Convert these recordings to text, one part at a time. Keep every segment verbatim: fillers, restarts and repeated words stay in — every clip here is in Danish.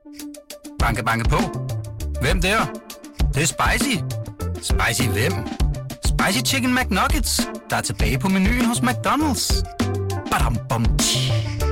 Banke, banke på. Hvem der? Det, det er spicy. Spicy hvem? Spicy Chicken McNuggets, der er tilbage på menuen hos McDonald's. Badum, bom, tji.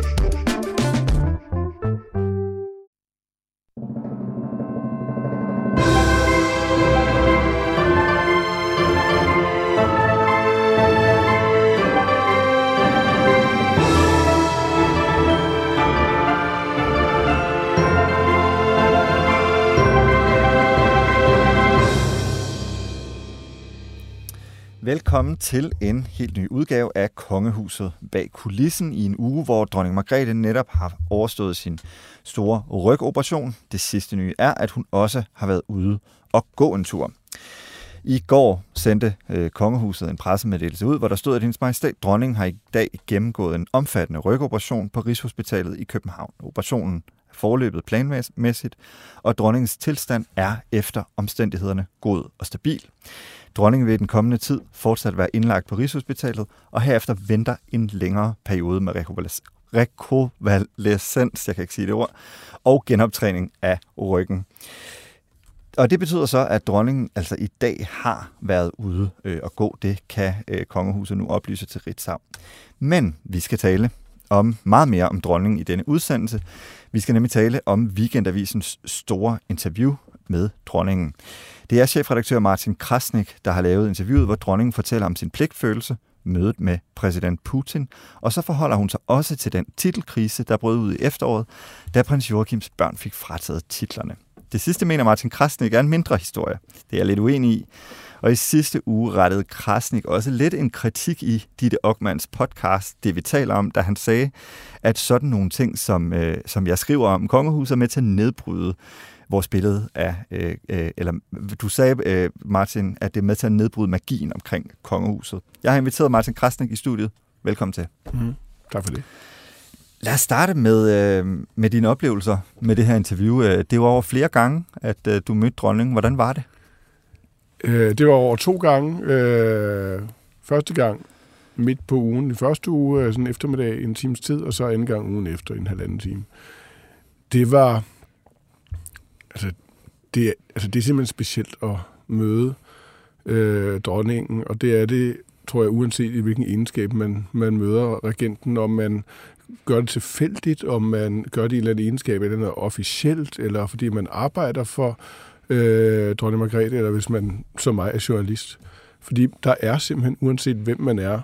Velkommen til en helt ny udgave af Kongehuset bag kulissen i en uge, hvor dronning Margrethe netop har overstået sin store rygoperation. Det sidste nye er, at hun også har været ude og gå en tur. I går sendte øh, Kongehuset en pressemeddelelse ud, hvor der stod, at hendes majestæt dronningen har i dag gennemgået en omfattende rygoperation på Rigshospitalet i København. Operationen er forløbet planmæssigt, og dronningens tilstand er efter omstændighederne god og stabil. Dronningen vil i den kommende tid fortsat være indlagt på Rigshospitalet, og herefter venter en længere periode med rekonvalescens, jeg kan ikke sige det ord, og genoptræning af ryggen. Og det betyder så, at dronningen altså i dag har været ude øh, og gå. Det kan øh, Kongehuset nu oplyse til Ritzau. Men vi skal tale om meget mere om dronningen i denne udsendelse. Vi skal nemlig tale om Weekendavisens store interview med dronningen. Det er chefredaktør Martin Krasnik, der har lavet interviewet, hvor dronningen fortæller om sin pligtfølelse, mødet med præsident Putin, og så forholder hun sig også til den titelkrise, der brød ud i efteråret, da prins Joachims børn fik frataget titlerne. Det sidste mener Martin Krasnik er en mindre historie. Det er jeg lidt uenig i. Og i sidste uge rettede Krasnik også lidt en kritik i Ditte Okmans podcast, det vi taler om, da han sagde, at sådan nogle ting, som, øh, som jeg skriver om Kongehuset, er med til at nedbryde vores billede af, øh, øh, eller du sagde, øh, Martin, at det er med til at nedbryde magien omkring Kongehuset. Jeg har inviteret Martin Krasnik i studiet. Velkommen til. Mm, tak for det. Lad os starte med, øh, med dine oplevelser med det her interview. Det var over flere gange, at øh, du mødte dronningen. Hvordan var det? Øh, det var over to gange. Øh, første gang midt på ugen. I første uge, sådan eftermiddag, en times tid, og så anden gang ugen efter, en halvanden time. Det var... Altså det, altså, det er simpelthen specielt at møde øh, dronningen, og det er det, tror jeg, uanset i hvilken egenskab man, man møder regenten, om man gør det tilfældigt, om man gør det i en eller anden egenskab, eller noget officielt, eller fordi man arbejder for øh, dronning Margrethe, eller hvis man som mig er journalist. Fordi der er simpelthen, uanset hvem man er,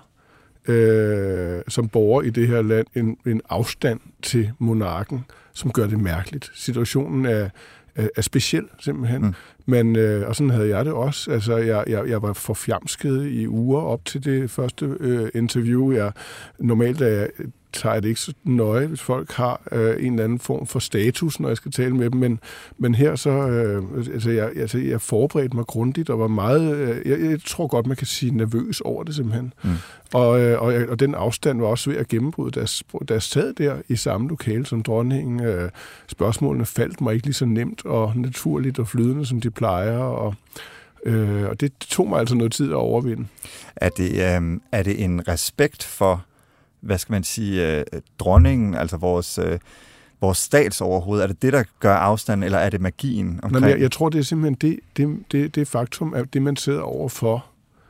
øh, som borger i det her land, en, en afstand til monarken, som gør det mærkeligt. Situationen er er speciel, simpelthen. Mm. Men, øh, og sådan havde jeg det også. Altså, jeg, jeg, jeg var forfjamsket i uger op til det første øh, interview. Jeg, normalt er jeg, tager jeg det ikke så nøje, hvis folk har øh, en eller anden form for status, når jeg skal tale med dem. Men, men her så, øh, altså, jeg, altså, jeg forberedte mig grundigt og var meget, øh, jeg, jeg tror godt, man kan sige nervøs over det, simpelthen. Mm. Og, øh, og, og den afstand var også ved at gennembryde, da, da jeg sad der i samme lokale som dronningen. Øh, spørgsmålene faldt mig ikke lige så nemt og naturligt og flydende, som de plejer, og øh, og det tog mig altså noget tid at overvinde. Er det, øh, er det en respekt for, hvad skal man sige, øh, dronningen, altså vores, øh, vores statsoverhoved? Er det det, der gør afstanden, eller er det magien omkring? Nå, jeg, jeg tror, det er simpelthen det, det, det, det faktum, at det, man sidder overfor,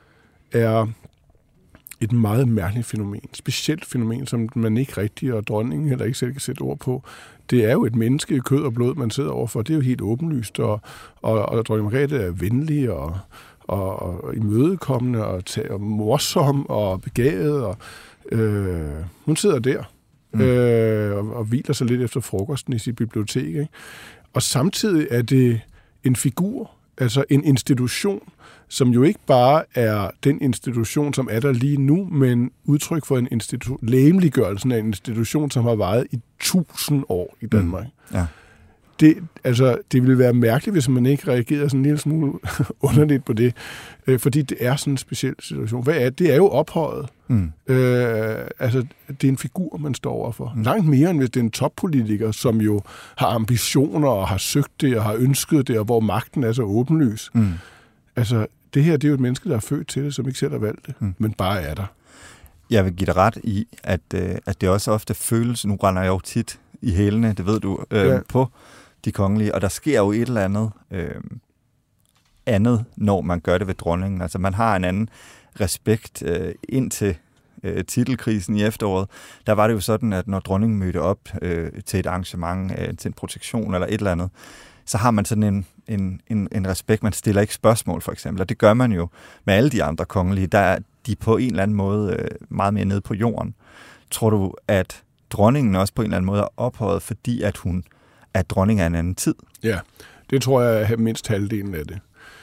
er et meget mærkeligt fænomen. Specielt fænomen, som man ikke rigtig, og dronningen heller ikke selv kan sætte ord på. Det er jo et menneske i kød og blod, man sidder overfor. Det er jo helt åbenlyst, og, og, og dronning Margrethe er venlig og, og, og imødekommende og, og morsom og begavet, og øh, hun sidder der mm. øh, og, og hviler sig lidt efter frokosten i sit bibliotek. Ikke? Og samtidig er det en figur, altså en institution, som jo ikke bare er den institution, som er der lige nu, men udtryk for en institution, lægemliggørelsen af en institution, som har varet i tusind år i Danmark. Mm. Ja. Det, altså, det ville være mærkeligt, hvis man ikke reagerede sådan en lille smule underligt på det, øh, fordi det er sådan en speciel situation. Hvad er det? Det er jo ophøjet. Mm. Øh, altså, det er en figur, man står overfor. Mm. Langt mere, end hvis det er en toppolitiker, som jo har ambitioner og har søgt det og har ønsket det, og hvor magten er så åbenlys. Mm. Altså, det her, det er jo et menneske, der er født til det, som ikke selv har valgt det, mm. men bare er der. Jeg vil give dig ret i, at, at det også ofte føles, nu render jeg jo tit i hælene, det ved du, øh, ja. på de kongelige, og der sker jo et eller andet øh, andet, når man gør det ved dronningen. Altså man har en anden respekt øh, indtil øh, titelkrisen i efteråret. Der var det jo sådan, at når dronningen mødte op øh, til et arrangement, øh, til en protektion eller et eller andet, så har man sådan en, en, en, en respekt. Man stiller ikke spørgsmål, for eksempel. Og det gør man jo med alle de andre kongelige. Der er de på en eller anden måde øh, meget mere nede på jorden. Tror du, at dronningen også på en eller anden måde er ophøjet, fordi at hun er dronning af en anden tid? Ja, det tror jeg er mindst halvdelen af det.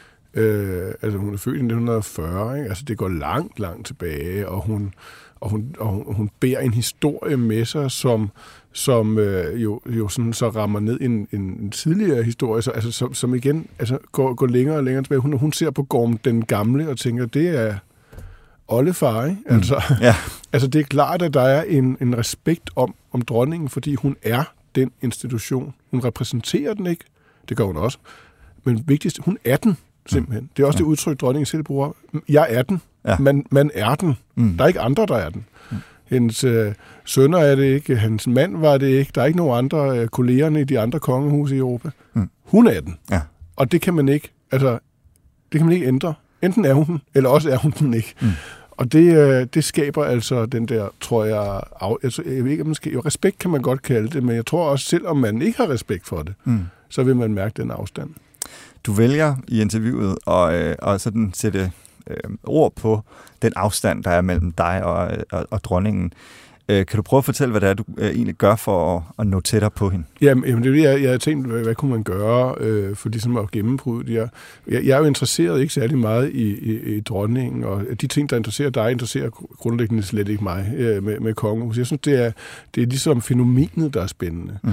Øh, altså hun er født i nitten fyrre, ikke? Altså det går langt, langt tilbage, og hun, og hun, og hun, hun bærer en historie med sig, som, som øh, jo, jo sådan, så rammer ned en, en, en tidligere historie, så, altså, som, som igen altså, går, går længere og længere tilbage. Hun, hun ser på Gorm den Gamle og tænker, det er oldefar, ikke? Mm. Altså, ja. altså det er klart, at der er en, en respekt om, om dronningen, fordi hun er den institution. Hun repræsenterer den ikke, det gør hun også, men vigtigst, hun er den. Simpelthen. Det er også ja. det udtryk, dronningen selv bruger. Jeg er den. Ja. Man, man er den. Mm. Der er ikke andre, der er den. Mm. Hendes øh, sønner er det ikke. Hans mand var det ikke. Der er ikke nogen andre øh, kollegerne i de andre kongehuse i Europa. Mm. Hun er den. Ja. Og det kan man ikke, altså, det kan man ikke ændre. Enten er hun den, eller også er hun den ikke. Mm. Og det, øh, det skaber altså den der, tror jeg, af, altså, jeg ved ikke, måske, jo, respekt kan man godt kalde det, men jeg tror også, selvom man ikke har respekt for det, mm. så vil man mærke den afstand. Du vælger i interviewet at, øh, at sådan sætte øh, ord på den afstand, der er mellem dig og, og, og dronningen. Øh, kan du prøve at fortælle, hvad det er, du øh, egentlig gør for at, at nå tættere på hende? Jamen, jamen det er jeg, jeg havde tænkt, hvad, hvad kunne man gøre øh, for ligesom at gennembryde det. Jeg, jeg, jeg er jo interesseret ikke særlig meget i, i, i dronningen, og de ting, der interesserer dig, interesserer grundlæggende slet ikke mig øh, med, med kongehus. Jeg synes, det er, det er ligesom fænomenet, der er spændende. Mm.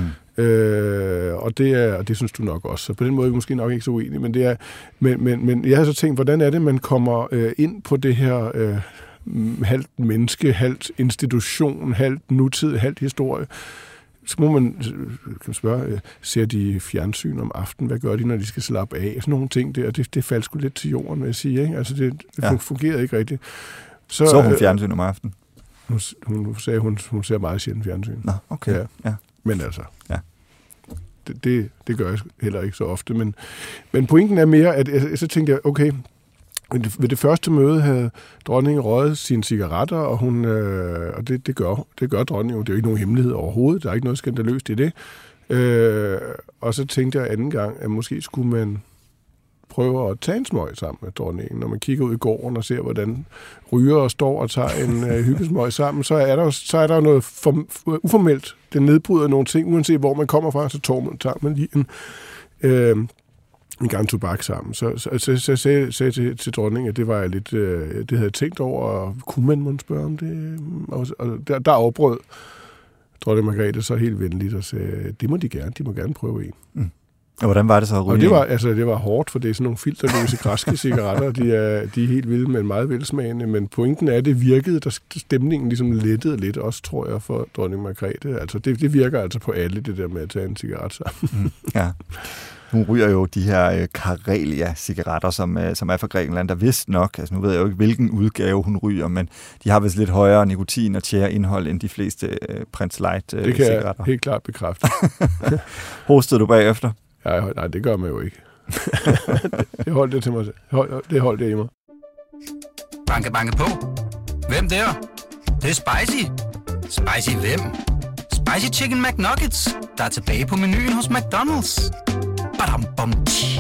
Øh, og, det er, og det synes du nok også. Så på den måde er vi måske nok ikke så uenige, men, det er, men, men, men jeg har så tænkt, hvordan er det, man kommer øh, ind på det her øh, halvt menneske, halvt institution, halvt nutid, halvt historie. Så må man, kan man spørge, ser de fjernsyn om aftenen? Hvad gør de, når de skal slappe af? Sådan nogle ting der. Det, det faldt sgu lidt til jorden, vil jeg sige. Ikke? Altså, det, det ja. fungerede ikke rigtigt. Så, så hun fjernsyn om aftenen? Hun, hun sagde, hun, hun ser meget sjældent fjernsyn. Nå, okay. Ja. Ja. Men altså, ja. det, det, det gør jeg heller ikke så ofte. Men, men pointen er mere, at jeg, så tænkte jeg, okay, ved det første møde havde dronningen røget sine cigaretter, og, hun, øh, og det, det, gør, det gør dronningen. Det er jo ikke nogen hemmelighed overhovedet. Der er ikke noget skandaløst i det. Øh, og så tænkte jeg anden gang, at måske skulle man prøve at tage en smøg sammen med dronningen. Når man kigger ud i gården og ser, hvordan rygere står og tager en øh, hyggesmøg sammen, så er der, så er der noget for, for, uformelt. Det nedbryder nogle ting, uanset hvor man kommer fra, så tager man, tager man lige en... Øh, en gang tobak sammen. Så, så, så, så sagde jeg til, til dronningen, at det var jeg lidt, øh, det havde jeg tænkt over, og kunne man måske spørge om det? Og, og der, der afbrød dronning Margrethe så helt venligt og sagde, det må de gerne, de må gerne prøve en. Mm. Og hvordan var det så at ryge? Og det var, altså, det var hårdt, for det er sådan nogle filterløse græske cigaretter, de er, de er helt vilde, men meget velsmagende, men pointen er, at det virkede, der stemningen ligesom lettede lidt, også tror jeg, for dronning Margrethe. Altså, det, det virker altså på alle, det der med at tage en cigaret sammen. Mm. Ja. Hun ryger jo de her øh, Carelia-cigaretter, som, øh, som er fra Grækenland, der vist nok, altså nu ved jeg jo ikke, hvilken udgave hun ryger, men de har vist lidt højere nikotin- og tjæreindhold end de fleste øh, Prince Light-cigaretter. Øh, det kan cigaretter. Jeg helt klart bekræfte. Hostede du bagefter? Ja, nej, det gør man jo ikke. det holdt det til mig. Det holdt det i mig. Banke, banke på. Hvem der? Det, det er spicy. Spicy hvem? Spicy Chicken McNuggets, der er tilbage på menuen hos McDonald's. Badum, bom, tji.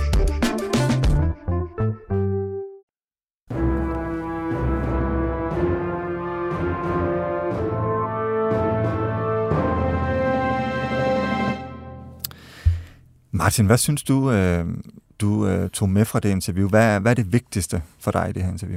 Martin, hvad synes du, øh, du øh, tog med fra det interview? Hvad, hvad er det vigtigste for dig i det her interview?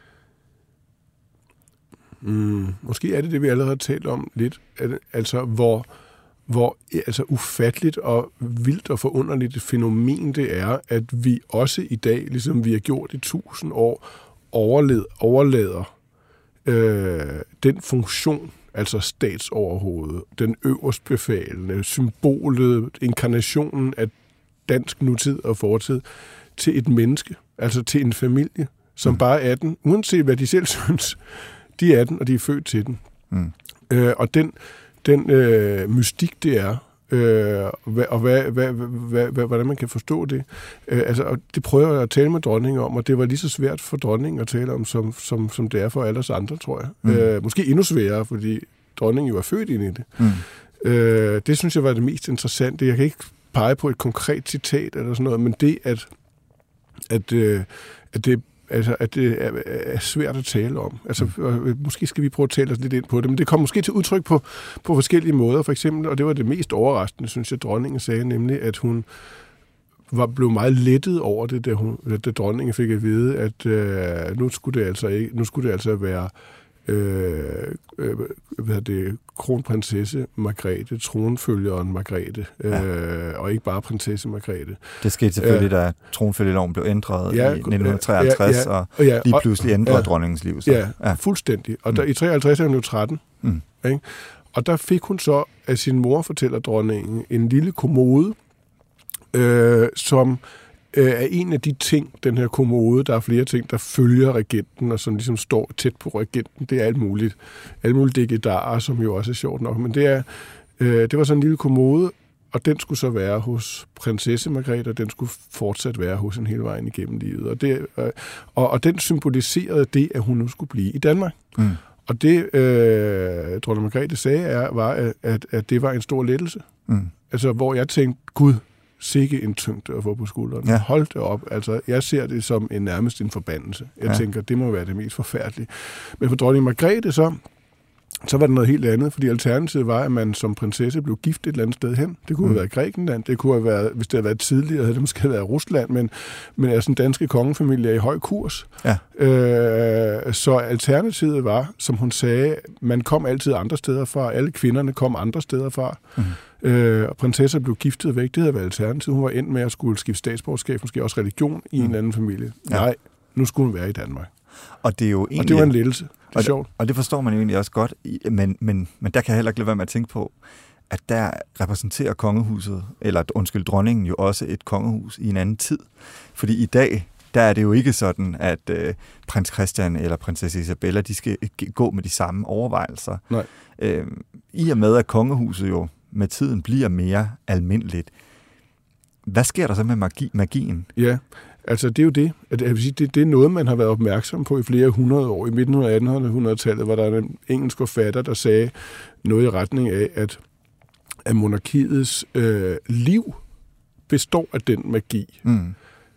Mm, måske er det det, vi allerede har talt om lidt. Altså, hvor, hvor altså, ufatteligt og vildt og forunderligt et fænomen det er, at vi også i dag, ligesom vi har gjort i tusind år, overled, overlader øh, den funktion, altså statsoverhovedet, den øverstbefalende, symbolet, inkarnationen af dansk nutid og fortid, til et menneske, altså til en familie, som mm. bare er den, uanset hvad de selv synes. De er den, og de er født til den. Mm. Øh, og den, den øh, mystik, det er, øh, og hvad, hvad, hvad, hvad, hvordan man kan forstå det. Øh, altså, og det prøver jeg at tale med dronningen om, og det var lige så svært for dronningen at tale om, som, som, som det er for alle os andre, tror jeg. Mm. Øh, måske endnu sværere, fordi dronningen jo er født ind i det. Mm. Øh, det synes jeg var det mest interessante. Jeg kan ikke pege på et konkret citat eller sådan noget, men det, at, at, øh, at det Altså, at det er, er svært at tale om. Altså, mm. måske skal vi prøve at tale os lidt ind på det, men det kom måske til udtryk på, på forskellige måder, for eksempel, og det var det mest overraskende, synes jeg, dronningen sagde, nemlig, at hun var blev meget lettet over det, da, hun, da dronningen fik at vide, at øh, nu skulle det altså ikke, nu skulle det altså være øh, øh, hvad det, kronprinsesse Margrethe, tronfølgeren Margrethe, ja. øh, og ikke bare prinsesse Margrethe. Det skete selvfølgelig, da tronfølgeloven blev ændret ja, i nitten treoghalvtreds, ja, ja, og ja, lige pludselig ændrede ja, dronningens liv. Så. Ja, ja, fuldstændig. Og der, mm. i treoghalvtreds er hun jo tretten. Mm. Ikke? Og der fik hun så af sin mor, fortæller dronningen, en lille kommode, øh, som øh, er en af de ting, den her kommode, der er flere ting, der følger regenten, og som ligesom står tæt på regenten. Det er alt muligt. Alt muligt diggedarer, som jo også er sjovt nok. Men det, er, øh, det var sådan en lille kommode, og den skulle så være hos prinsesse Margrethe, og den skulle fortsat være hos en hele vejen igennem livet. Og, det, øh, og, og den symboliserede det, at hun nu skulle blive i Danmark. Mm. Og det, øh, dronning Margrethe sagde, er, var, at, at det var en stor lettelse. Mm. Altså, hvor jeg tænkte, Gud, sikke en tyngde at få på skulderen. Ja. Hold det op. Altså, jeg ser det som en nærmest en forbandelse. Jeg ja. tænker, det må være det mest forfærdelige. Men for dronning Margrethe så, så var det noget helt andet, fordi alternativet var, at man som prinsesse blev gift et eller andet sted hen. Det kunne mm. have været Grækenland, det kunne have været, hvis det havde været tidligere, havde det måske været Rusland, men, men altså en danske kongefamilie er i høj kurs. Ja. Øh, så alternativet var, som hun sagde, man kom altid andre steder fra, alle kvinderne kom andre steder fra, mm. øh, og prinsesser blev giftet væk, det havde været alternativet. Hun var endt med at skulle skifte statsborgerskab, måske også religion i mm. en anden familie. Ja. Nej, nu skulle hun være i Danmark. Og det er jo egentlig... Og det var en lettelse. Det er og, sjovt. Det, og det forstår man jo egentlig også godt, men, men, men der kan jeg heller ikke lade være med at tænke på, at der repræsenterer kongehuset, eller undskyld, dronningen jo også et kongehus i en anden tid. Fordi i dag, der er det jo ikke sådan, at øh, prins Christian eller prinsesse Isabella, de skal gå med de samme overvejelser. Nej. Øh, I og med, at kongehuset jo med tiden bliver mere almindeligt. Hvad sker der så med magi, magien? Ja, altså det er jo det. At, jeg vil sige, det, det er noget, man har været opmærksom på i flere hundrede år. I midten af attenhundredetallet var der en engelsk forfatter, der sagde noget i retning af, at, at monarkiets øh, liv består af den magi. Mm.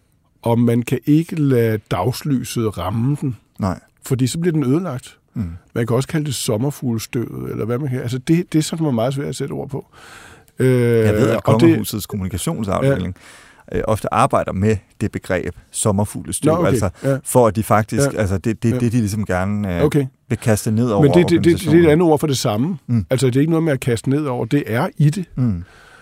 Og man kan ikke lade dagslyset ramme den, nej, fordi så bliver den ødelagt. Mm. Man kan også kalde det sommerfuglestøvet, eller hvad man kan. Altså det, det er sådan, man er meget svært at sætte ord på. Øh, Jeg ved, at kongehusets det, kommunikationsafdeling ja. øh, ofte arbejder med det begreb sommerfuglestøv, Nå, okay. altså ja. for at de faktisk, ja. altså det, det, ja. det de ligesom gerne øh, okay. vil kaste ned over. Men det, det, det, det er et andet ord for det samme. Mm. Altså det er ikke noget med at kaste ned over, det er i det. Mm.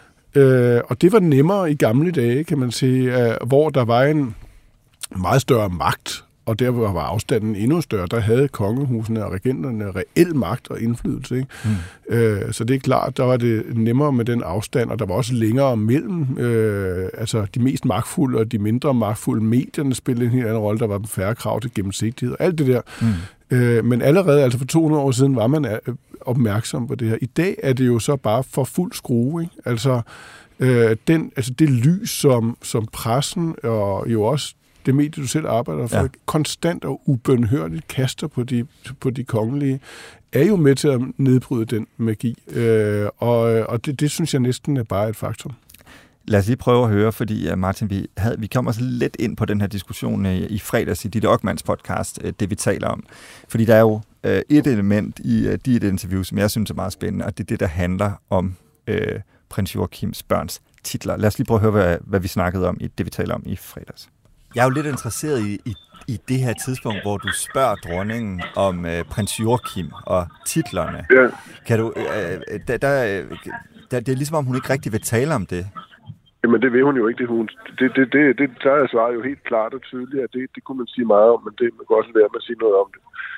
Øh, og det var nemmere i gamle dage, kan man sige, øh, hvor der var en meget større magt, og der var afstanden endnu større. Der havde kongehusene og regenterne reel magt og indflydelse. Ikke? Mm. Øh, så det er klart, der var det nemmere med den afstand, og der var også længere mellem. Øh, altså de mest magtfulde og de mindre magtfulde medierne spillede en helt anden rolle. Der var færre krav til gennemsigtighed og alt det der. Mm. Øh, men allerede, altså for to hundrede år siden, var man opmærksom på det her. I dag er det jo så bare for fuld skrue. Ikke? Altså, øh, den, altså det lys, som, som pressen og jo også det medie, du selv arbejder for, ja. konstant og ubønhørligt kaster på de, på de kongelige, er jo med til at nedbryde den magi. Øh, og og det, det synes jeg næsten er bare et faktum. Lad os lige prøve at høre, fordi Martin, vi, havde, vi kom også lidt ind på den her diskussion i, i fredags i Ditte Okmans podcast, det vi taler om. Fordi der er jo øh, et element i uh, dit interview, som jeg synes er meget spændende, og det er det, der handler om øh, prins Joachims børns titler. Lad os lige prøve at høre, hvad, hvad vi snakkede om i det, vi taler om i fredags. Jeg er jo lidt interesseret i, i, i det her tidspunkt, hvor du spørger dronningen om øh, prins Joachim og titlerne. Ja. Kan du, øh, der, der, der, det er ligesom, om hun ikke rigtig vil tale om det. Jamen, det vil hun jo ikke. Det, hun, det, det, det, det der er svaret jo helt klart og tydeligt, at det, det kunne man sige meget om, men det man kan også være med at sige noget om det.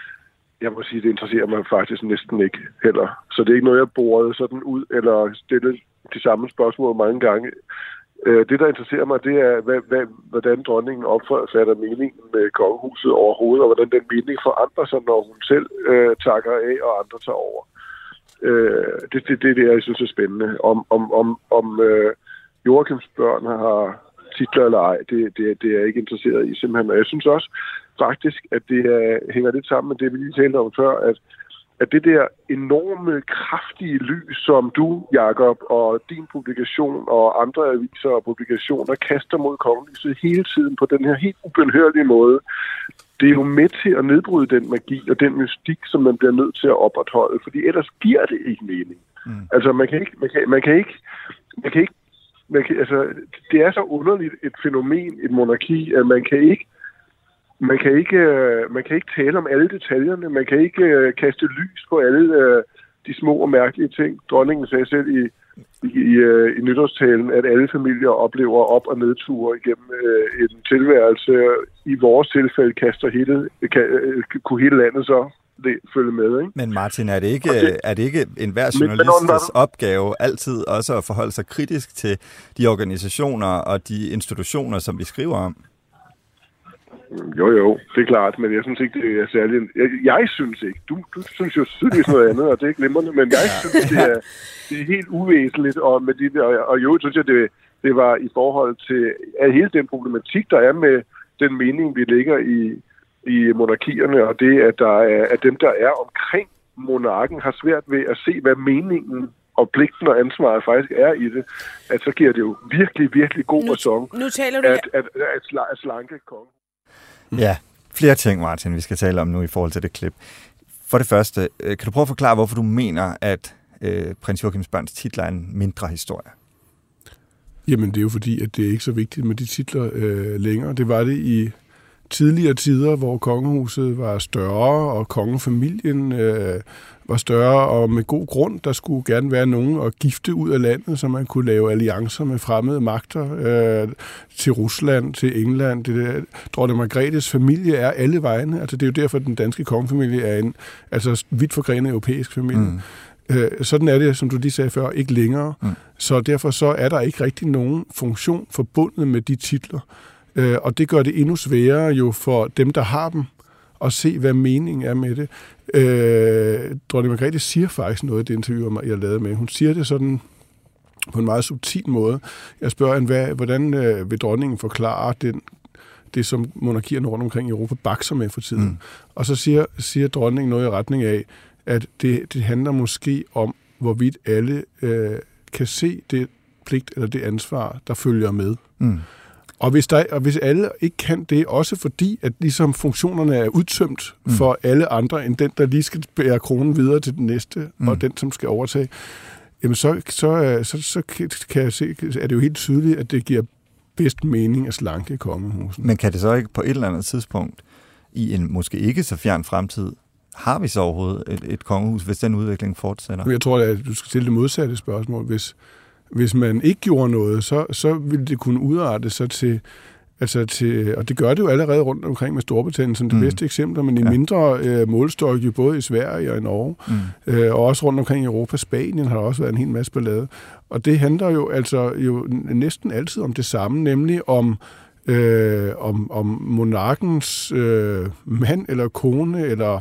Jeg må sige, det interesserer mig faktisk næsten ikke heller. Så det er ikke noget, jeg borede sådan ud, eller stillede de samme spørgsmål mange gange. Det, der interesserer mig, det er, hvad, hvad, hvordan dronningen opfatter meningen med kongehuset overhovedet, og hvordan den mening forandrer sig, når hun selv øh, takker af, og andre tager over. Øh, det er det, det, det, jeg synes er spændende. Om, om, om, om øh, Joachims børn har titler eller ej, det, det, det er jeg ikke interesseret i simpelthen. Og jeg synes også faktisk, at det er, hænger lidt sammen med det, vi lige talte om før, at, at det der enorme, kraftige lys, som du, Jakob, og din publikation og andre aviser og publikationer kaster mod kongelyset hele tiden på den her helt ubenhørlige måde, det er jo med til at nedbryde den magi og den mystik, som man bliver nødt til at opretholde, fordi ellers giver det ikke mening. Mm. Altså, man kan ikke, man kan, man kan ikke, man kan ikke, man kan, altså, det er så underligt et fænomen, et monarki, at man kan ikke, man kan ikke, man kan ikke tale om alle detaljerne, man kan ikke uh, kaste lys på alle uh, de små og mærkelige ting. Dronningen sagde selv i I, i, i nytårstalen, at alle familier oplever op- og nedture igennem øh, en tilværelse. I vores tilfælde kaster hele, kan, øh, kunne hele landet så det, følge med. Ikke? Men Martin, er det ikke, det, er det ikke enhver journalists opgave altid også at forholde sig kritisk til de organisationer og de institutioner, som vi skriver om? Jo, jo, det er klart, men jeg synes ikke, det er særligt. Jeg, jeg synes ikke. Du, du synes jo tydeligvis noget andet, og det er glimrende, men jeg synes, det er, det er helt uvæsentligt. Og, med de der, og jo, synes jeg, det, det var i forhold til at hele den problematik, der er med den mening, vi lægger i, i monarkierne, og det, at, der er, at dem, der er omkring monarken, har svært ved at se, hvad meningen og pligten og ansvaret faktisk er i det, at så giver det jo virkelig, virkelig god ræson, nu taler du at, at, at, at, at slanke kongen. Ja, flere ting, Martin, vi skal tale om nu i forhold til det klip. For det første, kan du prøve at forklare, hvorfor du mener, at øh, prins Joachims børns titler er en mindre historie? Jamen, det er jo fordi, at det er ikke så vigtigt med de titler øh, længere. Det var det i tidligere tider, hvor kongehuset var større, og kongefamilien øh, var større, og med god grund, der skulle gerne være nogen at gifte ud af landet, så man kunne lave alliancer med fremmede magter øh, til Rusland, til England. Det der, dronning Margrethes familie er alle vegne. Altså, det er jo derfor, at den danske kongefamilie er en altså, vidt forgrenet europæisk familie. Mm. Øh, sådan er det, som du lige sagde før, ikke længere. Mm. Så derfor så er der ikke rigtig nogen funktion forbundet med de titler. Øh, og det gør det endnu sværere jo for dem, der har dem, at se, hvad meningen er med det. Øh, dronning Margrethe siger faktisk noget i det interview, jeg lavede med. Hun siger det sådan på en meget subtil måde. Jeg spørger hende, hvad, hvordan øh, vil dronningen forklare den, det, som monarkierne rundt omkring i Europa bakser med for tiden? Mm. Og så siger, siger dronningen noget i retning af, at det, det handler måske om, hvorvidt alle øh, kan se det pligt eller det ansvar, der følger med. Mm. Og hvis, der, og hvis alle ikke kan det, også fordi, at ligesom funktionerne er udtømt mm. for alle andre, end den, der lige skal bære kronen videre til den næste, mm. og den, som skal overtage, jamen så, så, så, så kan jeg se, er det jo helt tydeligt, at det giver bedst mening at slanke kongehusen. Men kan det så ikke på et eller andet tidspunkt, i en måske ikke så fjern fremtid, har vi så overhovedet et, et kongehus, hvis den udvikling fortsætter? Jeg tror, at du skal stille det modsatte spørgsmål. Hvis Hvis man ikke gjorde noget, så, så ville det kunne udarte sig til, altså til, og det gør det jo allerede rundt omkring med Storbritannien som det mm. bedste eksempler, men i ja. mindre øh, målstok jo både i Sverige og i Norge, mm. øh, og også rundt omkring i Europa. Spanien har også været en hel masse ballade. Og det handler jo altså jo næsten altid om det samme, nemlig om, øh, om, om monarkens øh, mand eller kone, eller,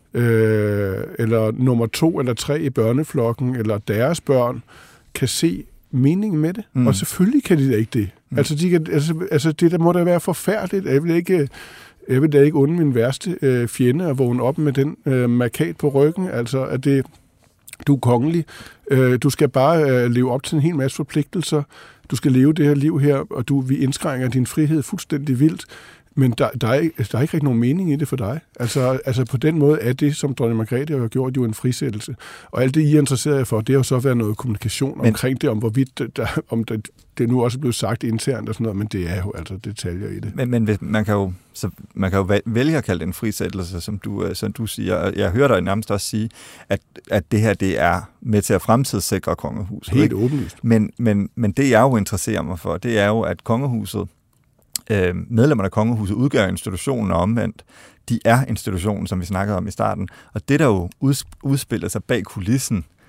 øh, eller nummer to eller tre i børneflokken, eller deres børn, kan se meningen med det. Mm. Og selvfølgelig kan de da ikke det. Mm. Altså, de kan, altså, altså, det der må da være forfærdeligt. Jeg vil ikke, jeg vil da ikke unde min værste øh, fjende at vågne op med den øh, markat på ryggen. Altså, at det, du er kongelig. Øh, du skal bare øh, leve op til en hel masse forpligtelser. Du skal leve det her liv her, og du, vi indskrænker din frihed fuldstændig vildt. Men der, der, er, der er ikke rigtig nogen mening i det for dig. Altså, altså på den måde er det, som dronning Margrethe har gjort, jo en frisættelse. Og alt det, I er interesseret for, det har jo så været noget kommunikation men, omkring det, om hvorvidt der, om det, det nu også er blevet sagt internt og sådan noget, men det er jo altså detaljer i det. Men, men man, kan jo, så, man kan jo vælge at kalde det en frisættelse, som du, som du siger. Jeg hører dig nærmest også sige, at, at det her det er med til at fremtidssikre kongehuset. Helt åbenlyst. Men, men, men det, jeg jo interesserer mig for, det er jo, at kongehuset, medlemmerne af kongehuset udgør institutionen og omvendt. De er institutionen, som vi snakkede om i starten. Og det, der jo udspiller sig bag kulissen,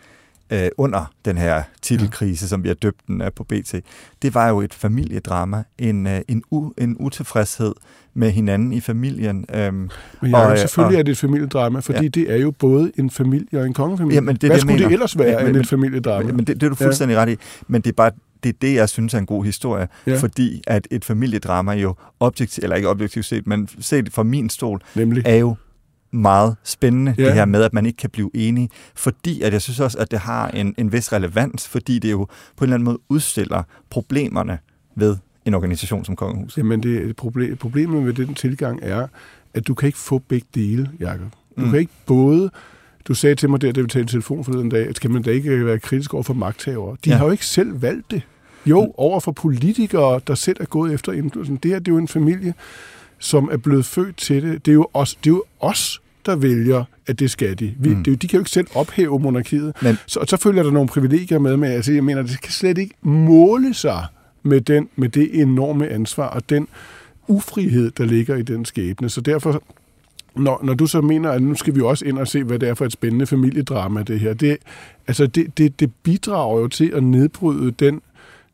øh, under den her titelkrise, ja. som vi har døbt den på B T, det var jo et familiedrama, en, øh, en, u, en utilfredshed med hinanden i familien. Øhm, men ja, og, selvfølgelig og, er det et familiedrama, fordi ja. det er jo både en familie og en kongefamilie. Jamen, det, Hvad det, skulle mener. det ellers være men, end men, et familiedrama? Men det, det er du fuldstændig ja. ret i, men det er bare det er det, jeg synes er en god historie, ja. fordi at et familiedrama jo objektivt, eller ikke objektivt set, men set fra min stol, Nemlig. er jo meget spændende, ja. det her med, at man ikke kan blive enige, fordi at jeg synes også, at det har en, en vis relevans, fordi det jo på en eller anden måde udstiller problemerne ved en organisation som Kongehuset. Jamen, det problem, problemet med den tilgang er, at du kan ikke få begge dele, Jacob. Du mm. kan ikke både... Du sagde til mig der, da vi talte telefon forleden dag, at skal man da ikke være kritisk over for magthavere? De ja. har jo ikke selv valgt det. Jo, over for politikere, der selv er gået efter indflydelsen. Det her, det er jo en familie, som er blevet født til det. Det er jo os, det er jo os der vælger, at det skal de. Vi, mm. det, de kan jo ikke selv ophæve monarkiet. Men, så, og så følger der nogle privilegier med, med altså, jeg mener, det kan slet ikke måle sig med, den, med det enorme ansvar og den ufrihed, der ligger i den skæbne. Så derfor... Når, når du så mener, at nu skal vi også ind og se, hvad det er for et spændende familiedrama, det her, det, altså det, det, det bidrager jo til at nedbryde den,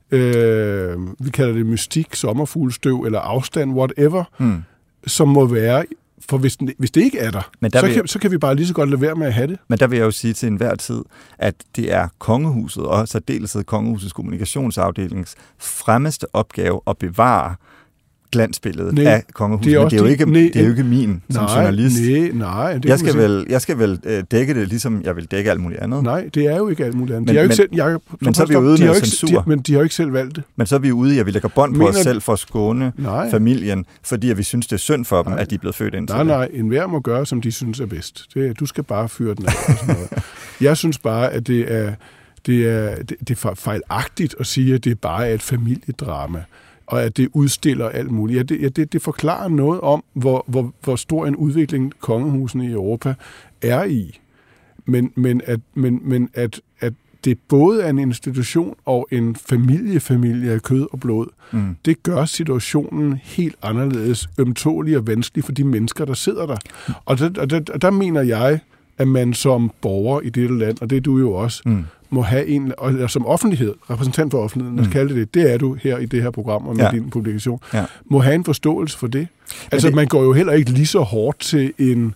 øh, vi kalder det mystik, sommerfuglestøv eller afstand, whatever, hmm. som må være, for hvis, den, hvis det ikke er der, der så, kan, jeg, så kan vi bare lige så godt lade være med at have det. Men der vil jeg jo sige til enhver tid, at det er Kongehuset, og særdeleshed Kongehusets kommunikationsafdelings fremmeste opgave at bevare glansbilledet nej, af Kongehuset, det er, men det er, jo ikke, nej, det er jo ikke min som nej, journalist. Nej, nej. Det jeg, skal vel, jeg skal vel øh, dække det, ligesom jeg vil dække alt muligt andet. Nej, det er jo ikke alt muligt andet. Men, de har jo men, ikke selv, jeg, men så er vi jo ude med censur. De, men de har jo ikke selv valgt det. Men så er vi ude i, at vi lægger bånd på Mener, os selv for at skåne nej. familien, fordi at vi synes, det er synd for dem, nej. at de er blevet født ind til nej, det. Nej, nej. Enhver må gøre, som de synes er bedst. Det, du skal bare fyre den af. Jeg synes bare, at det er, det er, det, det er fejlagtigt at sige, at det bare er et familiedrama, og at det udstiller alt muligt. Ja, det, ja, det, det forklarer noget om, hvor, hvor, hvor stor en udvikling kongehusene i Europa er i. Men, men, at, men, men at, at det både er en institution og en familiefamilie af kød og blod, mm. det gør situationen helt anderledes ømtålig og vanskelig for de mennesker, der sidder der. Og der, der, der mener jeg, at man som borger i dette land, og det er du jo også, mm. må have en, eller som offentlighed, repræsentant for offentligheden, lad os kalde det det, det er du her i det her program og med ja. din publikation, ja. må have en forståelse for det. Altså, det... man går jo heller ikke lige så hårdt til en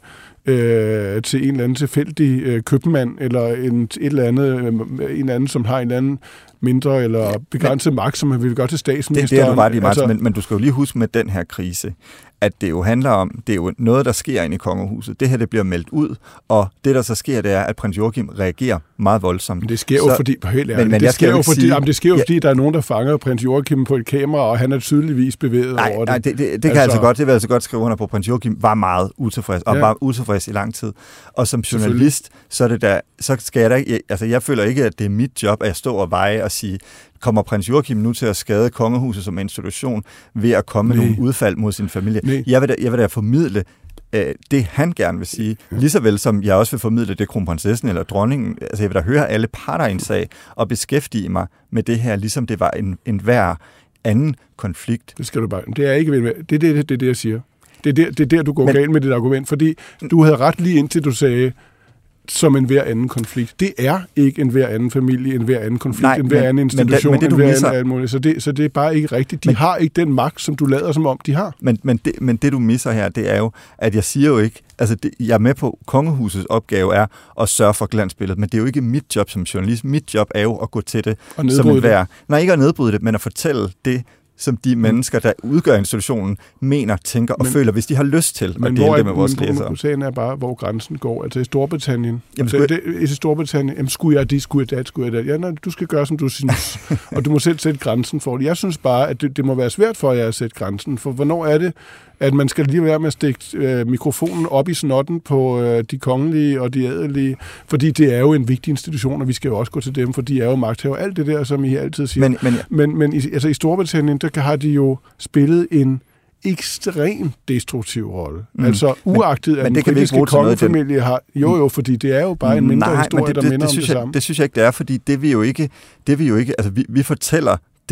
øh, til en eller anden tilfældig øh, købmand, eller en, et eller andet, øh, en eller anden, som har en eller anden mindre eller begrænset magt, som man vil gøre til statsministeren. Det, det er du ret i, Martin, altså, men, men du skal jo lige huske med den her krise, at det jo handler om, det er jo noget, der sker inde i kongehuset. Det her, det bliver meldt ud, og det, der så sker, det er, at prins Joachim reagerer meget voldsomt. Men det sker jo, så, fordi, på helt ærligt, men, men det, sker jo, fordi, sige, jamen, det sker jo, fordi ja, der er nogen, der fanger prins Joachim på et kamera, og han er tydeligvis bevæget nej, over det. Nej, det, det, det altså, kan altså godt, det vil altså godt skrive under på, prins Joachim var meget utilfreds, og ja. var utilfreds i lang tid. Og som journalist, så er det der, så skal jeg da ikke, altså jeg føler ikke, at det er mit job, at jeg står og veje og sige, kommer prins Joachim nu til at skade kongehuset som institution ved at komme med nogle udfald mod sin familie? Nej. Jeg vil da, jeg vil da formidle øh, det, han gerne vil sige, ja. lige så vel som jeg også vil formidle det kronprinsessen eller dronningen. Altså jeg vil da høre alle parter i en sag og beskæftige mig med det her, ligesom det var en, en hver anden konflikt. Det skal du bare. Det er ikke det, det, det, det, det jeg siger. Det er der, det er der du går Men, galt med dit argument, fordi du havde ret lige indtil du sagde, som en hver anden konflikt. Det er ikke en hver anden familie, en hver anden konflikt, Nej, en hver men, anden institution, men det, men det, en hver anden alt så det, så det er bare ikke rigtigt. De men, har ikke den magt, som du lader som om, de har. Men, men, det, men det, du misser her, det er jo, at jeg siger jo ikke, altså det, jeg er med på, kongehusets opgave er at sørge for glansbilledet, men det er jo ikke mit job som journalist. Mit job er jo at gå til det som en hver. Nej, ikke at nedbryde det, men at fortælle det, som de mennesker, der udgør institutionen, mener, tænker og men, føler, hvis de har lyst til at dele det med vores læsere. Men sagen er bare, hvor grænsen går. Altså i Storbritannien. Jamen, altså, det, I Storbritannien, jamen, skulle jeg det, skulle jeg det, skulle jeg det. Ja, nej, du skal gøre, som du synes. Og du må selv sætte grænsen for det. Jeg synes bare, at det, det må være svært for jer at sætte grænsen. For hvornår er det, at man skal lige være med at stikke øh, mikrofonen op i snotten på øh, de kongelige og de adelige, fordi det er jo en vigtig institution, og vi skal jo også gå til dem, for de er jo magthaver. Alt det der, som I altid siger. Men, men, men, men i, altså, i Storbritannien, der har de jo spillet en ekstrem destruktiv rolle. Mm. Altså uagtet, at den britiske kongefamilie den... har... Jo, jo, fordi det er jo bare en mindre Nej, historie, det, der det, minder det, om det jeg, samme. Det synes jeg ikke, det er, fordi det vi jo ikke... Det vi jo ikke altså, vi, vi fortæller det,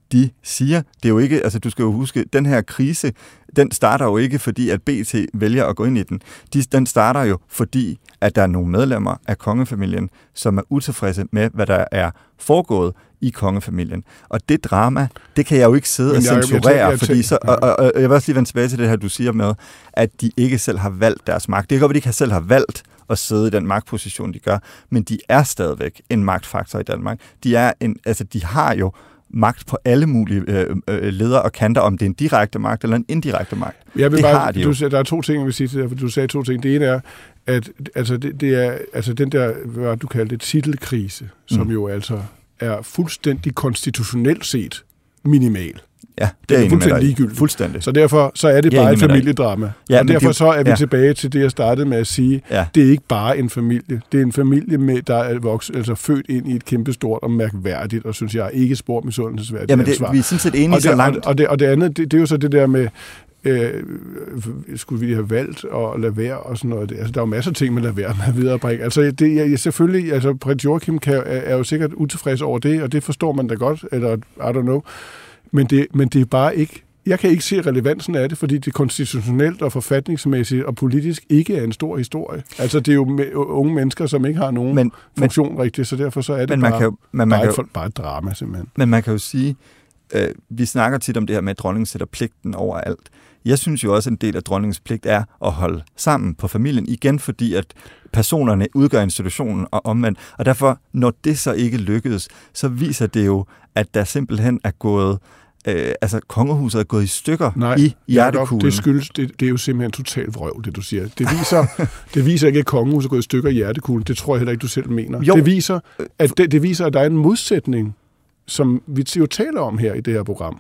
de siger. Det er jo ikke, altså du skal jo huske, den her krise, den starter jo ikke, fordi at B T vælger at gå ind i den. De, den starter jo, fordi at der er nogle medlemmer af kongefamilien, som er utilfredse med, hvad der er foregået i kongefamilien. Og det drama, det kan jeg jo ikke sidde Men og censurere, jeg, fordi så, og, og, og jeg vil også lige vende tilbage til det her, du siger med, at de ikke selv har valgt deres magt. Det kan godt være, at de ikke selv har valgt at sidde i den magtposition, de gør, men de er stadigvæk en magtfaktor i Danmark. De, er en, altså, de har jo magt på alle mulige øh, øh, ledere og kanter, om det er en direkte magt eller en indirekte magt. Jeg vil det bare, har de du, jo. Der er to ting, jeg vil sige til dig, for du sagde to ting. Det ene er, at altså, det, det er, altså, den der, hvad du kalder det, titelkrise, som mm. jo altså er fuldstændig konstitutionelt set minimal. Ja, det, det er, er fuldstændig ligegyldigt. Fuldstændig. Så derfor så er det bare et familiedrama. Ja, og derfor så er vi ja. tilbage til det, jeg startede med at sige. Ja. Det er ikke bare en familie. Det er en familie, med, der er vokset, altså født ind i et kæmpestort og mærkværdigt, og synes jeg ikke spor misundelsesværdigt Jamen, det, vi er sådan set enige så langt. Og det, og det andet, det, det er jo så det der med, øh, skulle vi have valgt at lade være og sådan noget. Altså, der er jo masser af ting, man lader være med at viderebringe. Altså, det, jeg, selvfølgelig, altså, prins Joachim kan, er jo sikkert utilfreds over det, og det forstår man da godt, eller I don't know. Men det, men det er bare ikke... Jeg kan ikke se relevansen af det, fordi det konstitutionelt og forfatningsmæssigt og politisk ikke er en stor historie. Altså, det er jo me- unge mennesker, som ikke har nogen men, funktion men, rigtigt, så derfor så er det men bare, man kan jo, men man bare, kan jo, bare et drama, simpelthen. Men man kan jo sige, øh, vi snakker tit om det her med, at dronningen sætter pligten over alt. Jeg synes jo også, at en del af dronningens pligt er at holde sammen på familien, igen fordi, at personerne udgør institutionen og omvendt. Og derfor, når det så ikke lykkedes, så viser det jo, at der simpelthen er gået... Øh, altså, kongehuset er gået i stykker Nej, i hjertekuglen. Det skyldes, det, det er jo simpelthen totalt vrøv, det du siger. Det viser, det viser ikke, at kongehuset er gået i stykker i hjertekuglen. Det tror jeg heller ikke, du selv mener. Jo. Det viser, at det, det viser, at der er en modsætning, som vi jo taler om her i det her program,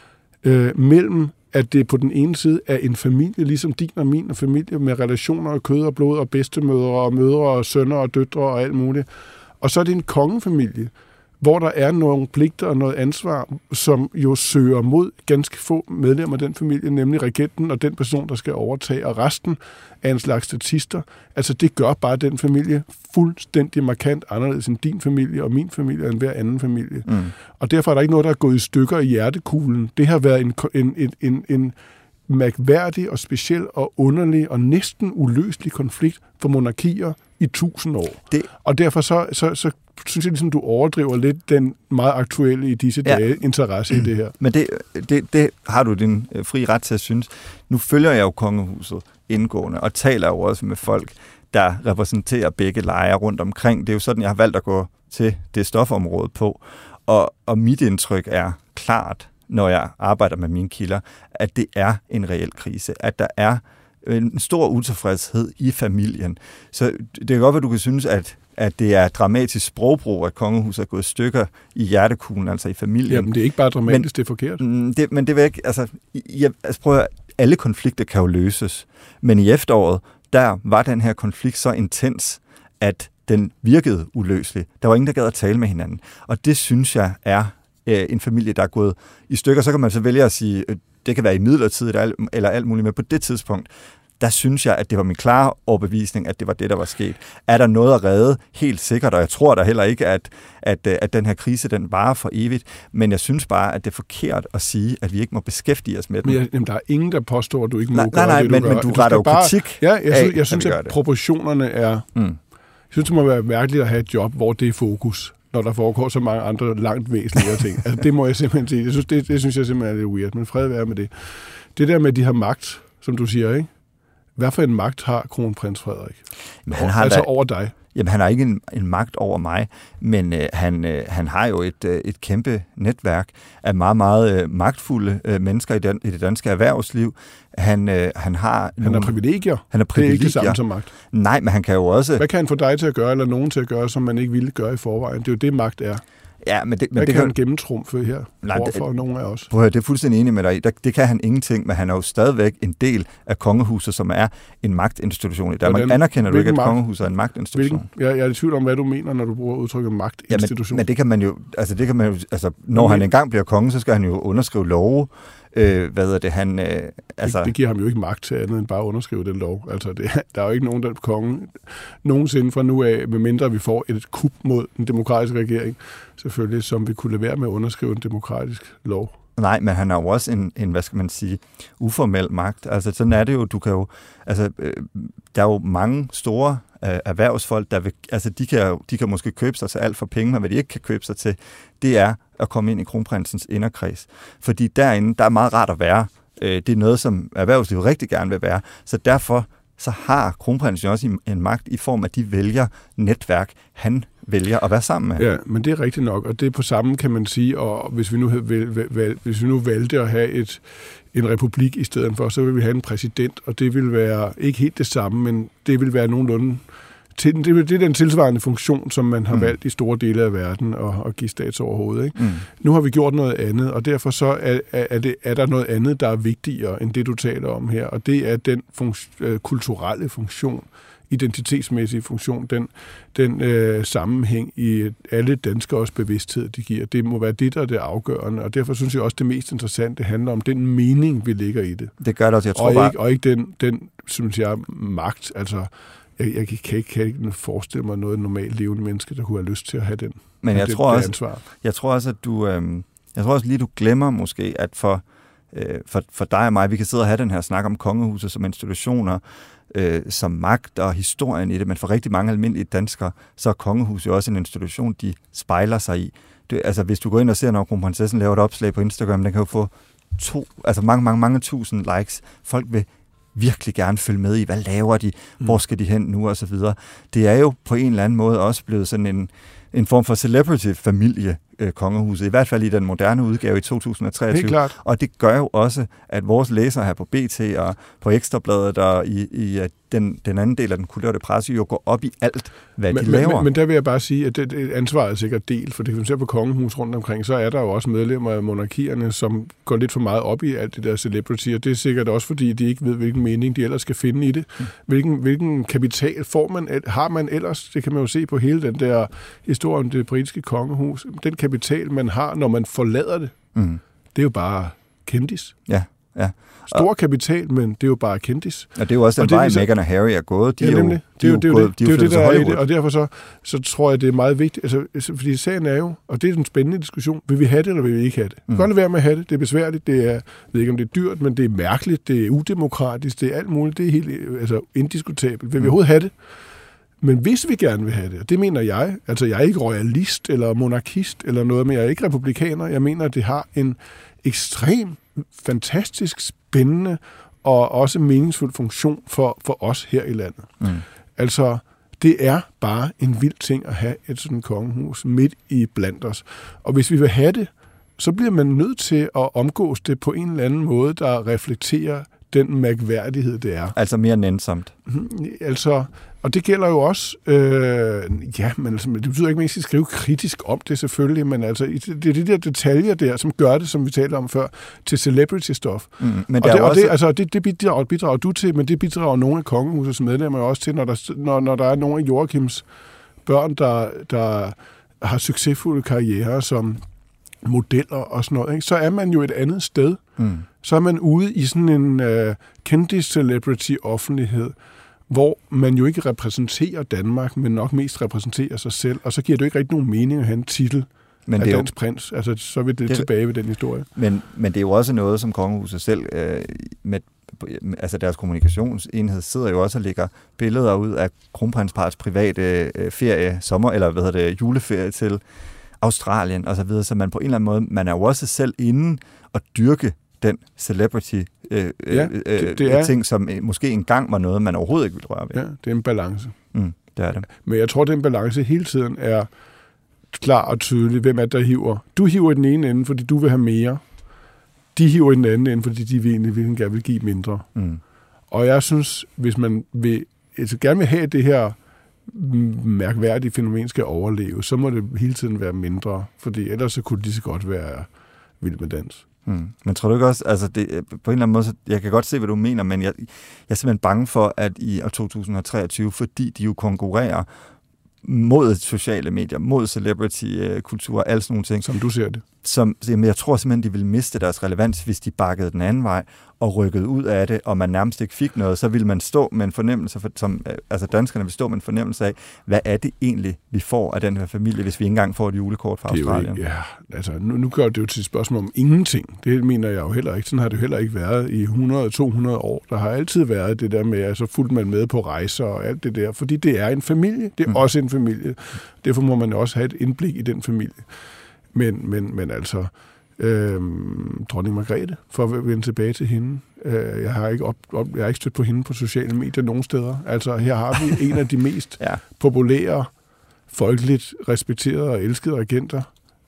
øh, mellem at det på den ene side er en familie, ligesom din og min familie, med relationer og kød og blod og bedstemødre og mødre og sønner og døtre og alt muligt. Og så er det en kongefamilie, hvor der er nogle pligter og noget ansvar, som jo søger mod ganske få medlemmer af den familie, nemlig regenten og den person, der skal overtage, og resten er en slags statister. Altså det gør bare den familie fuldstændig markant anderledes end din familie og min familie og en hver anden familie. Mm. Og derfor er der ikke noget, der er gået i stykker i hjertekuglen. Det har været en, en, en, en, en mærkværdig og speciel og underlig og næsten uløselig konflikt for monarkier i tusind år. Det... Og derfor så, så, så synes jeg ligesom, du overdriver lidt den meget aktuelle i disse ja. dage interesse i det her. Men det, det, det har du din fri ret til at synes. Nu følger jeg jo kongehuset indgående og taler jo også med folk, der repræsenterer begge lejre rundt omkring. Det er jo sådan, jeg har valgt at gå til det stofområde på. Og, og mit indtryk er klart, når jeg arbejder med mine kilder, at det er en reel krise. At der er en stor utilfredshed i familien. Så det kan godt være, du kan synes, at at det er dramatisk sprogbrug, at kongehuset er gået stykker i hjertekuglen, altså i familien. Jamen, det er ikke bare dramatisk, men, det er forkert. Det, men det vil ikke, altså, jeg, altså prøv at, alle konflikter kan jo løses, men i efteråret, der var den her konflikt så intens, at den virkede uløselig. Der var ingen, der gad at tale med hinanden. Og det synes jeg er øh, en familie, der er gået i stykker. Så kan man så vælge at sige, øh, det kan være i midlertid eller alt muligt, men på det tidspunkt, der synes jeg, at det var min klare overbevisning, at det var det, der var sket. Er der noget at redde? Helt sikkert, og jeg tror da heller ikke, at, at, at den her krise, den varer for evigt. Men jeg synes bare, at det er forkert at sige, at vi ikke må beskæftige os med den. Men jeg, jamen, der er ingen, der påstår, at du ikke må nej, gøre nej, nej, det, men, du men gør. du retter jo bare, kritik ja, jeg synes, af, jeg synes at, at proportionerne er... Mm. Jeg synes, det må være mærkeligt at have et job, hvor det er fokus, når der foregår så mange andre langt væsentligere ting. Altså, det må jeg simpelthen sige. Jeg synes, det, det synes jeg simpelthen er lidt weird, men fred være med det. Det der med, at de har magt, som du siger, ikke? Hvad for en magt har kronprins Frederik? Men han har altså da, over dig? Jamen, han har ikke en, en magt over mig, men øh, han, øh, han har jo et, øh, et kæmpe netværk af meget, meget øh, magtfulde øh, mennesker i, den, i det danske erhvervsliv. Han, øh, han har nogle, han har privilegier. Han har privilegier. Det er ikke det samme som magt. Nej, men han kan jo også... Hvad kan han få dig til at gøre, eller nogen til at gøre, som man ikke ville gøre i forvejen? Det er jo det, magt er. Ja, men det, men Hvad det kan han gennemtrumfe her nej, overfor det, nogen af os? Prøv at høre, det er fuldstændig enig med dig. Det, det kan han ingenting, men han er jo stadigvæk en del af kongehuset, som er en magtinstitution i Danmark. Hvordan, Anerkender du ikke, at magt? Kongehuset er en magtinstitution? Hvilken, jeg, jeg er i tvivl om, hvad du mener, når du bruger udtrykket magtinstitution. Ja, men, men det kan man jo, altså det kan man jo, altså når mm. han engang bliver konge, så skal han jo underskrive love, Øh, hvad er det, han... Øh, altså... det, det giver ham jo ikke magt til andet end bare at underskrive den lov. Altså, det, der er jo ikke nogen, der konge nogensinde fra nu af, medmindre vi får et kup mod den demokratiske regering, selvfølgelig, som vi kunne lade være med at underskrive en demokratisk lov. Nej, men han har jo også en, en, hvad skal man sige, uformel magt. Altså, sådan er det jo. Du kan jo, altså, øh, der er jo mange store øh, erhvervsfolk, der vil, altså, de kan, de kan måske købe sig til alt for penge, men hvad de ikke kan købe sig til, det er at komme ind i kronprinsens inderkreds. Fordi derinde, der er meget rart at være. Øh, det er noget, som erhvervslivet rigtig gerne vil være. Så derfor så har kronprinsen også en magt i form af, de vælger netværk, han vælger at være sammen med. Ja, men det er rigtigt nok, og det er på samme, kan man sige, og hvis vi nu, vel, vel, hvis vi nu valgte at have et, en republik i stedet for, så vil vi have en præsident, og det vil være ikke helt det samme, men det vil være nogenlunde til, det, det er den tilsvarende funktion, som man har mm. valgt i store dele af verden at, at give statsoverhovedet. Ikke? Mm. Nu har vi gjort noget andet, og derfor så er, er, det, er der noget andet, der er vigtigere end det, du taler om her, og det er den funks- øh, kulturelle funktion, identitetsmæssige funktion, den, den øh, sammenhæng i alle danskers bevidsthed, de giver. Det må være det, der er det afgørende, og derfor synes jeg også, det mest interessante handler om den mening, vi lægger i det. Det gør det også, jeg tror og bare... Ikke, og ikke den, den, synes jeg, magt. Altså, jeg, jeg kan, ikke, kan ikke forestille mig noget normalt levende menneske, der kunne have lyst til at have den. Men jeg, det, tror, det også, ansvar. jeg tror også, at du... Øh, jeg tror også lige, du glemmer måske, at for, øh, for, for dig og mig, vi kan sidde og have den her snak om kongehuset som institutioner, Øh, som magt og historien i det, men for rigtig mange almindelige danskere, så er kongehuset jo også en institution, de spejler sig i. Det, altså, hvis du går ind og ser, når kronprinsessen laver et opslag på Instagram, den kan jo få to, altså mange, mange, mange tusind likes. Folk vil virkelig gerne følge med i, hvad laver de, mm. hvor skal de hen nu, og så videre. Det er jo på en eller anden måde også blevet sådan en, en form for celebrity-familie, øh, kongehuset, i hvert fald i den moderne udgave i to tusind og treogtyve. Helt klart. Og det gør jo også, at vores læsere her på B T og på Ekstrabladet og i, i den, den anden del af den kulørte presse jo går op i alt, hvad men, de laver. Men, men der vil jeg bare sige, at det, det ansvaret er sikkert del, for det kan man se på kongehus rundt omkring, så er der jo også medlemmer af monarkierne, som går lidt for meget op i alt det der celebrity, og det er sikkert også, fordi de ikke ved, hvilken mening de ellers skal finde i det. Mm. Hvilken, hvilken kapital får man, har man ellers? Det kan man jo se på hele den der historie om det britiske kongehus. Den kapital, man har, når man forlader det, mm. det er jo bare kendis. Ja, ja. Stor kapital, men det er jo bare kendis. Og det er jo også den vej, Meghan og Harry er gået. De ja, er jo, det de er jo, det, gået, de det, er jo det, det, der er i det, og derfor så, så tror jeg, det er meget vigtigt. Altså, fordi sagen er jo, og det er en spændende diskussion, vil vi have det, eller vil vi ikke have det? Vi kan godt lade være med at have det. Det er besværligt, det er, jeg ved ikke, om det er dyrt, men det er mærkeligt, det er udemokratisk, det er alt muligt, det er helt altså, indiskutabelt. Vil vi overhovedet have det? Men hvis vi gerne vil have det, og det mener jeg, altså jeg er ikke royalist eller monarkist eller noget, men jeg er ikke republikaner, jeg mener, at det har en ekstrem, fantastisk, spændende og også meningsfuld funktion for, for os her i landet. Mm. Altså, det er bare en vild ting at have et sådan kongehus midt i blandt os. Og hvis vi vil have det, så bliver man nødt til at omgås det på en eller anden måde, der reflekterer den mærkværdighed, det er. Altså mere nænsomt. Altså, og det gælder jo også, øh, ja, men altså, det betyder ikke, at man skal skrive kritisk om det selvfølgelig, men altså, det er de der detaljer der, som gør det, som vi talte om før, til celebrity-stof. Mm, men og det, og også... det, altså, det, det bidrager, bidrager du til, men det bidrager nogle af kongehusets medlemmer også til, når der, når, når der er nogle af Joachims børn, der, der har succesfulde karrierer som modeller og sådan noget, ikke? Så er man jo et andet sted. Mm. Så er man ude i sådan en uh, kendis-celebrity-offentlighed, hvor man jo ikke repræsenterer Danmark, men nok mest repræsenterer sig selv, og så giver det jo ikke rigtig nogen mening at have en titel men af det dansk jo... prins. Altså, så er vi det, det tilbage ved den historie. Men, men det er jo også noget, som kongehuset selv, øh, med, altså deres kommunikationsenhed, sidder jo også og lægger billeder ud af kronprinsparrets private øh, ferie, sommer, eller hvad hedder det, juleferie til Australien og så videre, så man på en eller anden måde, man er jo også selv inde og dyrke den celebrity øh, ja, det, det er, ting, som måske engang var noget, man overhovedet ikke ville røre ved. Ja, det er en balance. Mm, det er det. Men jeg tror, den balance hele tiden er klar og tydelig. Hvem er der hiver? Du hiver i den ene ende, fordi du vil have mere. De hiver i den anden ende, fordi de vil egentlig vil, gerne vil give mindre. Mm. Og jeg synes, hvis man vil, altså gerne vil have det her mærkværdige fænomen skal overleve, så må det hele tiden være mindre, fordi ellers så kunne det lige så godt være vild med dans. Hmm. Men tror du ikke også, altså det, på en eller anden måde, så, jeg kan godt se, hvad du mener, men jeg, jeg er simpelthen bange for, at i år to tusind og treogtyve, fordi de jo konkurrerer mod sociale medier, mod celebrity-kultur, alt sådan nogle ting. Som du ser det. som, jamen jeg tror simpelthen, de ville miste deres relevans, hvis de bakkede den anden vej og rykkede ud af det, og man nærmest ikke fik noget, så ville man stå med en fornemmelse, for, som, altså danskerne vil stå med en fornemmelse af, hvad er det egentlig, vi får af den her familie, hvis vi ikke engang får et julekort fra Australien? Ikke, ja, altså nu, nu gør det jo til et spørgsmål om ingenting. Det mener jeg jo heller ikke. Sådan har det jo heller ikke været i hundrede til to hundrede år. Der har altid været det der med, altså fulgt man med på rejser og alt det der, fordi det er en familie. Det er mm. også en familie. Derfor må man også have et indblik i den familie. Men, men, men altså, øh, dronning Margrethe, for at vende tilbage til hende, øh, jeg, har ikke op, op, jeg har ikke stødt på hende på sociale medier nogen steder. Altså, her har vi en af de mest ja. populære, folkeligt respekterede og elskede regenter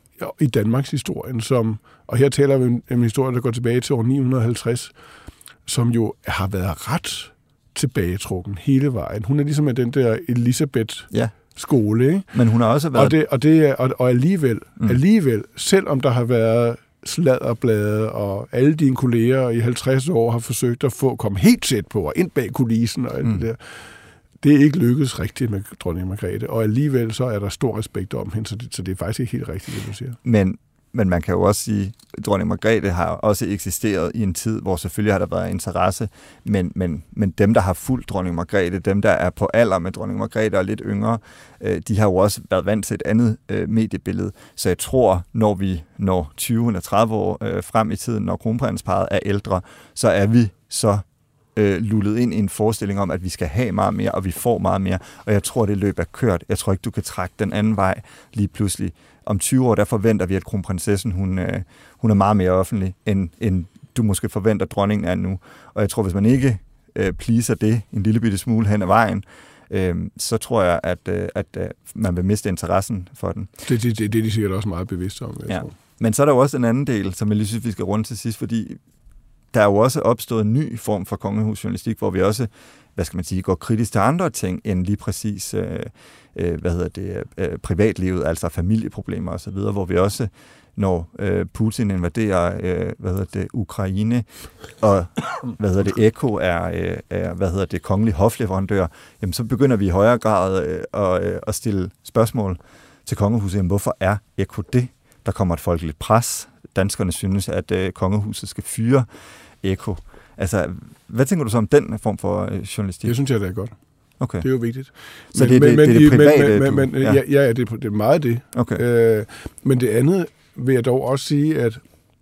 i Danmarks historien, som, og her taler vi om en historie, der går tilbage til år ni hundrede og halvtreds, som jo har været ret tilbagetrukken hele vejen. Hun er ligesom af den der Elisabeth... Ja. skole, ikke? Men hun har også været... Og, det, og, det, og, og alligevel, mm. alligevel, selvom der har været sladderblade, og alle dine kolleger i halvtreds år har forsøgt at få komme helt tæt på, og ind bag kulissen og alt mm. det der, det er ikke lykkedes rigtigt med dronning Margrethe, og alligevel så er der stor respekt om hende, så det, så det er faktisk ikke helt rigtigt, det du siger. Men Men man kan jo også sige, at dronning Margrethe har også eksisteret i en tid, hvor selvfølgelig har der været interesse, men, men, men dem, der har fulgt dronning Margrethe, dem, der er på alder med dronning Margrethe og lidt yngre, øh, de har jo også været vant til et andet øh, mediebillede. Så jeg tror, når vi når tyve eller tredive år øh, frem i tiden, når kronprinsparret er ældre, så er vi så øh, lullet ind i en forestilling om, at vi skal have meget mere, og vi får meget mere. Og jeg tror, det løb er kørt. Jeg tror ikke, du kan trække den anden vej lige pludselig. Om tyve år, der forventer vi, at kronprinsessen, hun, øh, hun er meget mere offentlig, end, end du måske forventer, dronningen er nu. Og jeg tror, hvis man ikke øh, pleaser det en lille bitte smule hen ad vejen, øh, så tror jeg, at, øh, at øh, man vil miste interessen for den. Det, det, det, det er de sikkert også meget bevidste om, jeg ja. tror. Men så er der jo også en anden del, som jeg lige synes, vi skal runde til sidst, fordi der er jo også opstået en ny form for kongehusjournalistik, hvor vi også, hvad skal man sige, går kritisk til andre ting, end lige præcis øh, øh, hvad hedder det, øh, privatlivet, altså familieproblemer osv., hvor vi også, når øh, Putin invaderer øh, hvad hedder det, Ukraine, og hvad hedder det, Eko er, øh, er hvad hedder det, kongelig hofleverandør, jamen så begynder vi i højere grad øh, at, øh, at stille spørgsmål til kongehuset, jamen hvorfor er Eko det? Der kommer et folkeligt pres. Danskerne synes, at øh, kongehuset skal fyre Eko. Altså, hvad tænker du så om den form for øh, journalistik? Det synes jeg, det er godt. Okay. Det er jo vigtigt. Så men, det, det, men, det er det private? Men, men, men, ja, ja, ja det, er, det er meget det. Okay. Øh, men det andet vil jeg dog også sige, at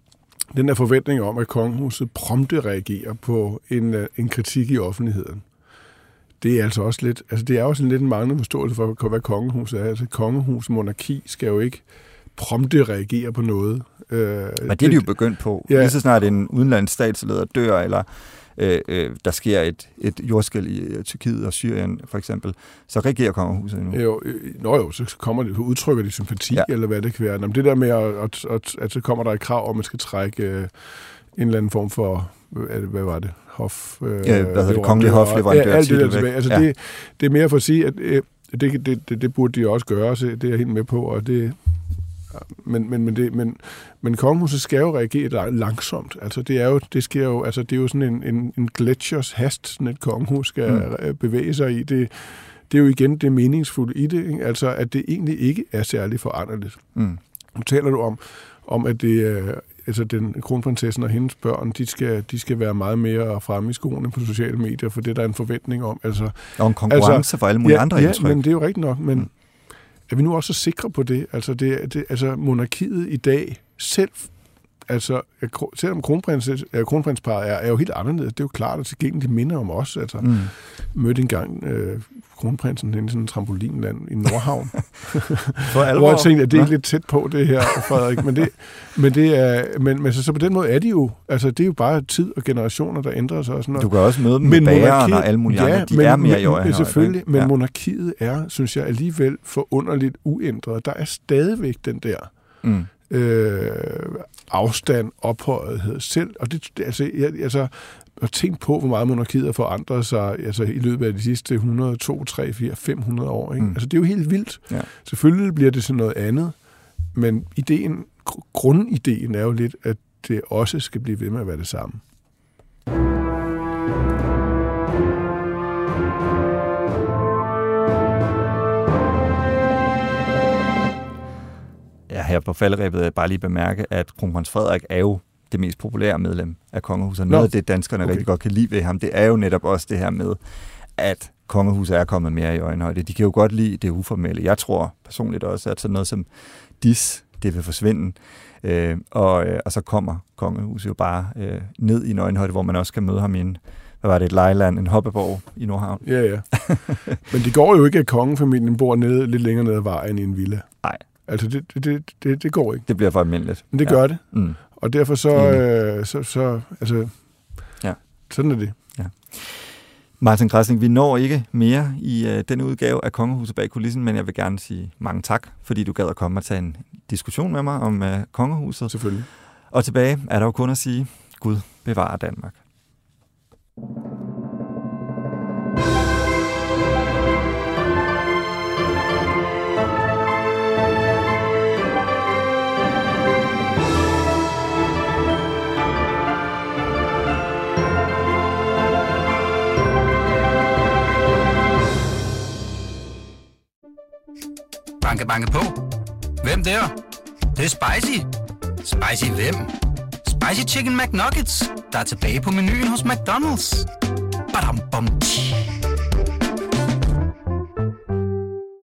den der forventning om, at kongehuset prompte reagerer på en, en kritik i offentligheden, det er altså også lidt, altså det er også en lidt en manglende forståelse for, hvad kongehuset er. Altså kongehus, monarki skal jo ikke prompte reagere på noget. Øh, Men det er de jo begyndt på. Ja. Lige så snart en udenlandsk statsleder dør, eller øh, øh, der sker et, et jordskælv i Tyrkiet og Syrien, for eksempel, så reagerer kongehuset nu. Jo, øh, nå jo, så kommer det, udtrykker de sympati, ja. Eller hvad det kan være. Nå, det der med, at, at, at, at så kommer der et krav om, at man skal trække øh, en eller anden form for, hvad var det? Hof... Øh, ja, hvad hedder det? Kongelig hofleverandør. Ja, alt det der tilbage. Altså, ja. det, det er mere for at sige, at øh, det, det, det, det burde de også gøre, så det er jeg helt med på, og det... Men, men, men, det, men, men kongehuset skal jo reagere langsomt. Altså det er jo, det sker jo, altså det er jo sådan en, en, en gletsjers hast, sådan et kongehus skal mm. bevæge sig i. Det, det er jo igen det meningsfulde i det, ikke? Altså at det egentlig ikke er særlig foranderligt. Mm. Nu taler du om, om at det, altså den kronprinsessen og hendes børn, de skal, de skal være meget mere fremme i skoene på sociale medier, for det der er en forventning om. Altså, og en konkurrence altså, for alle mulige ja, andre ja, indtryk. Men det er jo rigtigt nok, men mm. er vi nu også så sikre på det? Altså, det, det, altså monarkiet i dag selv, altså selvom kronprins, kronprinsparet er, er jo helt anderledes, det er jo klart, at tilgængeligt minder om os. Altså, mm. mødte engang øh, kronprinsen i sådan en trampolinland i Nordhavn. For alvor? Hvor jeg tænkte, at det er lidt tæt på det her, Frederik. Men, det, men, det er, men, men så, så på den måde er de jo, altså det er jo bare tid og generationer, der ændrer sig. Og sådan noget. Du kan også møde dem med bageren og alle mulige ja, andre. De men, er mere jo men, selvfølgelig, men ja. monarkiet er, synes jeg, alligevel forunderligt uændret. Der er stadigvæk den der mm. øh, afstand, ophøjethed selv. Og det, altså, jeg, altså, og tænk på, hvor meget monarkiet har forandret sig altså, i løbet af de sidste hundrede, to, tre, fire, fem hundrede år. Ikke? Mm. Altså, det er jo helt vildt. Ja. Selvfølgelig bliver det sådan noget andet, men ideen, grundideen er jo lidt, at det også skal blive ved med at være det samme. Ja, her her på falderæbet bare lige bemærke, at kronprins Frederik er jo det mest populære medlem af kongehuset. Noget af det, danskerne okay. rigtig godt kan lide ved ham, det er jo netop også det her med, at kongehuset er kommet mere i øjenhøjde. De kan jo godt lide det uformelle. Jeg tror personligt også, at sådan noget som dis, det vil forsvinde. Øh, og, øh, og så kommer kongehuset jo bare øh, ned i en øjenhøjde, hvor man også kan møde ham i en, hvad var det, et lejeland, en hoppeborg i Nordhavn. Ja, ja. Men det går jo ikke, at kongefamilien bor nede, lidt længere ned ad vejen i en villa. Nej. Altså, det, det, det, det går ikke. Det bliver for almindeligt. Men det ja. gør det. Mm. Og derfor så, øh, så, så altså, ja. sådan er det. Ja. Martin Græsling, vi når ikke mere i øh, denne udgave af Kongehuset bag kulissen, men jeg vil gerne sige mange tak, fordi du gad at komme og tage en diskussion med mig om øh, kongehuset. Selvfølgelig. Og tilbage er der jo kun at sige, Gud bevarer Danmark. Banke, banke på. Hvem der? Det, det er spicy. Spicy hvem? Spicy Chicken McNuggets, der er tilbage på menuen hos McDonald's. Badum, bom, tji.